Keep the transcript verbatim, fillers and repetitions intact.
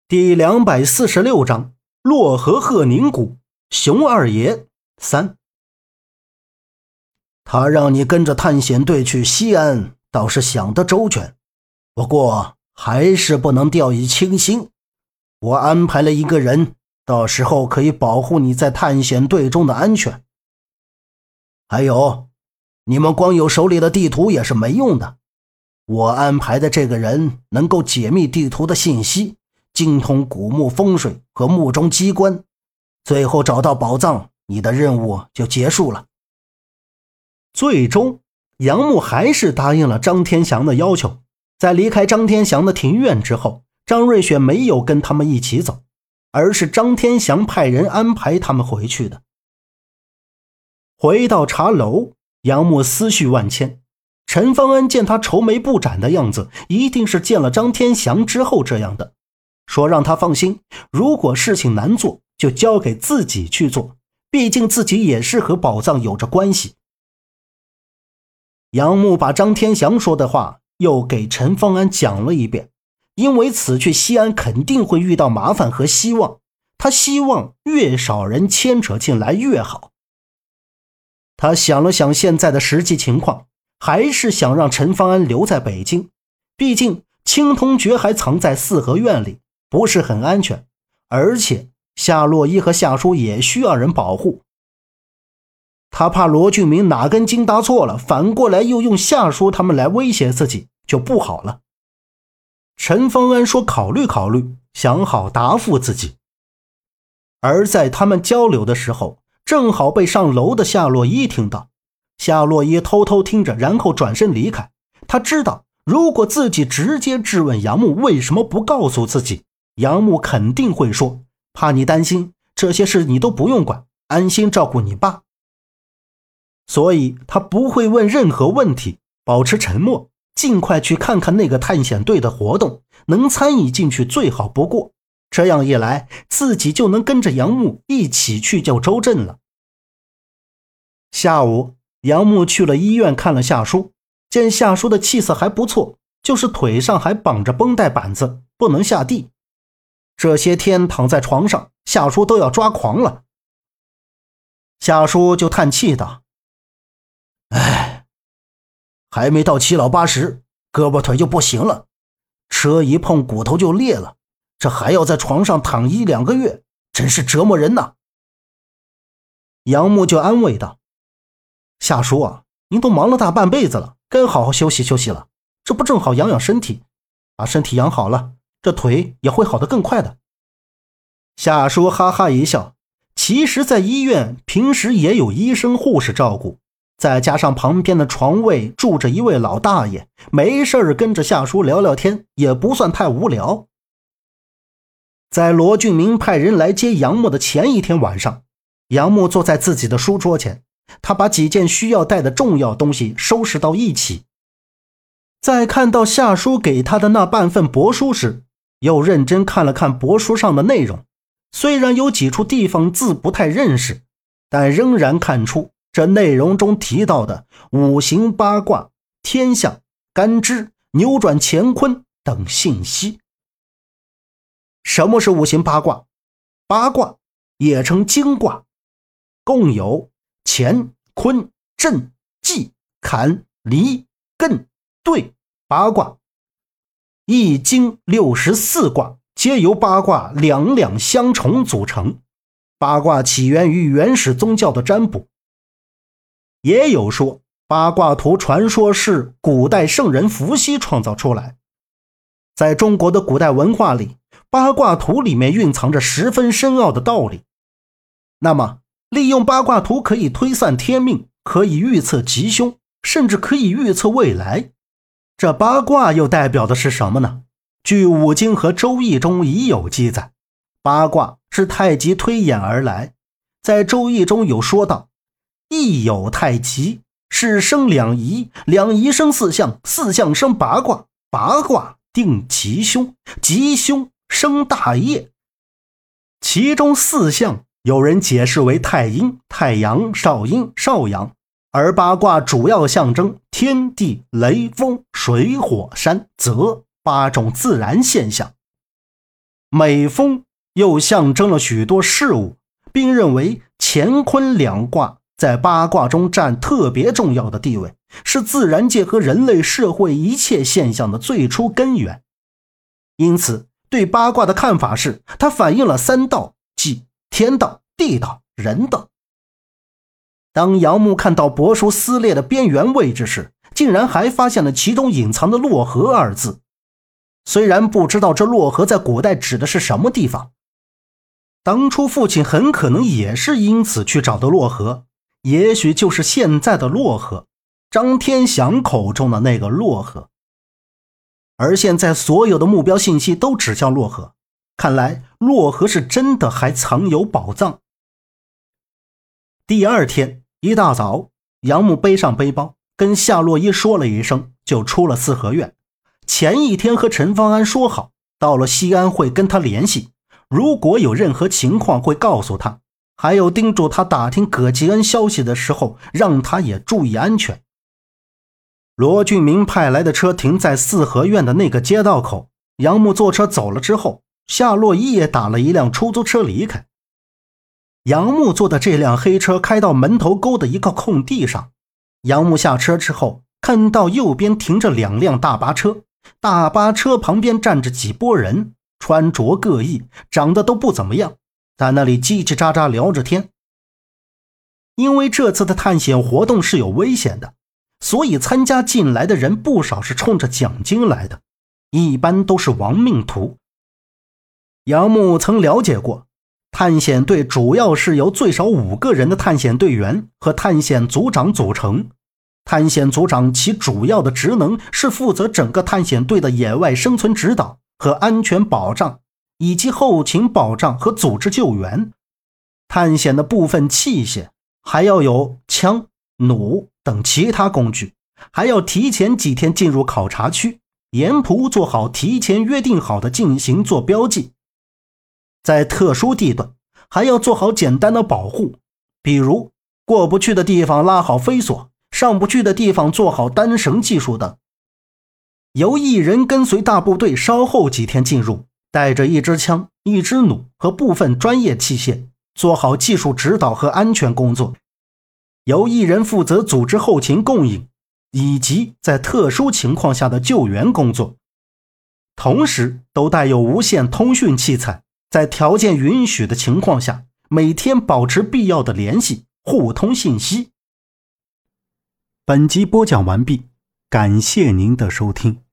第两百四十六章洛河鹤宁谷熊二爷三。他让你跟着探险队去西安，倒是想得周全，不过还是不能掉以轻心。我安排了一个人，到时候可以保护你在探险队中的安全。还有，你们光有手里的地图也是没用的，我安排的这个人能够解密地图的信息，精通古墓风水和墓中机关，最后找到宝藏，你的任务就结束了。最终杨牧还是答应了张天祥的要求。在离开张天祥的庭院之后，张瑞雪没有跟他们一起走，而是张天祥派人安排他们回去的。回到茶楼，杨牧思绪万千。陈方安见他愁眉不展的样子，一定是见了张天祥之后这样的，说让他放心，如果事情难做，就交给自己去做，毕竟自己也是和宝藏有着关系。杨牧把张天祥说的话又给陈方安讲了一遍，因为此去西安肯定会遇到麻烦和希望，他希望越少人牵扯进来越好。他想了想现在的实际情况，还是想让陈方安留在北京，毕竟青铜诀还藏在四合院里，不是很安全，而且夏洛伊和夏叔也需要人保护。他怕罗俊明哪根筋搭错了，反过来又用夏叔他们来威胁自己，就不好了。陈方安说考虑考虑，想好答复自己。而在他们交流的时候，正好被上楼的夏洛伊听到。夏洛伊偷偷听着，然后转身离开。他知道如果自己直接质问杨牧为什么不告诉自己，杨牧肯定会说，怕你担心，这些事你都不用管，安心照顾你爸。所以他不会问任何问题，保持沉默，尽快去看看那个探险队的活动，能参与进去最好不过。这样一来，自己就能跟着杨牧一起去救周震了。下午杨牧去了医院看了夏叔，见夏叔的气色还不错，就是腿上还绑着绷带板子，不能下地。这些天躺在床上，夏叔都要抓狂了。夏叔就叹气道，唉，还没到七老八十，胳膊腿就不行了，车一碰骨头就裂了，这还要在床上躺一两个月，真是折磨人呐。杨牧就安慰道，夏叔啊，您都忙了大半辈子了，该好好休息休息了，这不正好养养身体，把身体养好了，这腿也会好得更快的。夏叔哈哈一笑，其实在医院平时也有医生护士照顾，再加上旁边的床位住着一位老大爷，没事儿跟着夏叔聊聊天也不算太无聊。在罗俊明派人来接杨牧的前一天晚上，杨牧坐在自己的书桌前，他把几件需要带的重要东西收拾到一起。在看到夏叔给他的那半份帛书时，又认真看了看帛书上的内容，虽然有几处地方字不太认识，但仍然看出这内容中提到的五行八卦、天象、干支、扭转乾坤等信息。什么是五行八卦？八卦也称经卦，共有乾、坤、震、忌、坎、离、艮、兑八卦。易经六十四卦皆由八卦两两相重组成，八卦起源于原始宗教的占卜。也有说八卦图传说是古代圣人伏羲创造出来。在中国的古代文化里，八卦图里面蕴藏着十分深奥的道理。那么利用八卦图可以推算天命，可以预测吉凶，甚至可以预测未来。这八卦又代表的是什么呢？据五经和周易中已有记载，八卦是太极推演而来。在周易中有说到，易有太极，是生两仪，两仪生四象，四象生八卦，八卦定吉凶，吉凶生大业。其中四象有人解释为太阴、太阳、少阴、少阳，而八卦主要象征天地、雷风、水火山泽八种自然现象。 每风又象征了许多事物，并认为乾坤两卦在八卦中占特别重要的地位，是自然界和人类社会一切现象的最初根源。因此对八卦的看法是，它反映了三道，即天道、地道、人道。当杨牧看到帛书撕裂的边缘位置时，竟然还发现了其中隐藏的洛河二字。虽然不知道这洛河在古代指的是什么地方，当初父亲很可能也是因此去找的洛河，也许就是现在的洛河，张天祥口中的那个洛河。而现在所有的目标信息都指向洛河，看来洛河是真的还藏有宝藏。第二天一大早，杨牧背上背包，跟夏洛伊说了一声，就出了四合院。前一天和陈方安说好，到了西安会跟他联系，如果有任何情况会告诉他，还有叮嘱他打听葛吉恩消息的时候，让他也注意安全。罗俊明派来的车停在四合院的那个街道口，杨牧坐车走了之后，夏洛伊也打了一辆出租车离开。杨牧坐的这辆黑车开到门头沟的一个空地上，杨牧下车之后，看到右边停着两辆大巴车，大巴车旁边站着几拨人，穿着各异，长得都不怎么样，在那里叽叽喳喳聊着天。因为这次的探险活动是有危险的，所以参加进来的人不少是冲着奖金来的，一般都是亡命徒。杨牧曾了解过，探险队主要是由最少五个人的探险队员和探险组长组成。探险组长其主要的职能是负责整个探险队的野外生存指导和安全保障，以及后勤保障和组织救援。探险的部分器械还要有枪、弩等其他工具，还要提前几天进入考察区，沿途做好提前约定好的进行做标记。在特殊地段还要做好简单的保护，比如过不去的地方拉好飞索，上不去的地方做好单绳技术等。由一人跟随大部队稍后几天进入，带着一支枪、一支弩和部分专业器械，做好技术指导和安全工作。由一人负责组织后勤供应，以及在特殊情况下的救援工作。同时都带有无线通讯器材，在条件允许的情况下，每天保持必要的联系，互通信息。本集播讲完毕，感谢您的收听。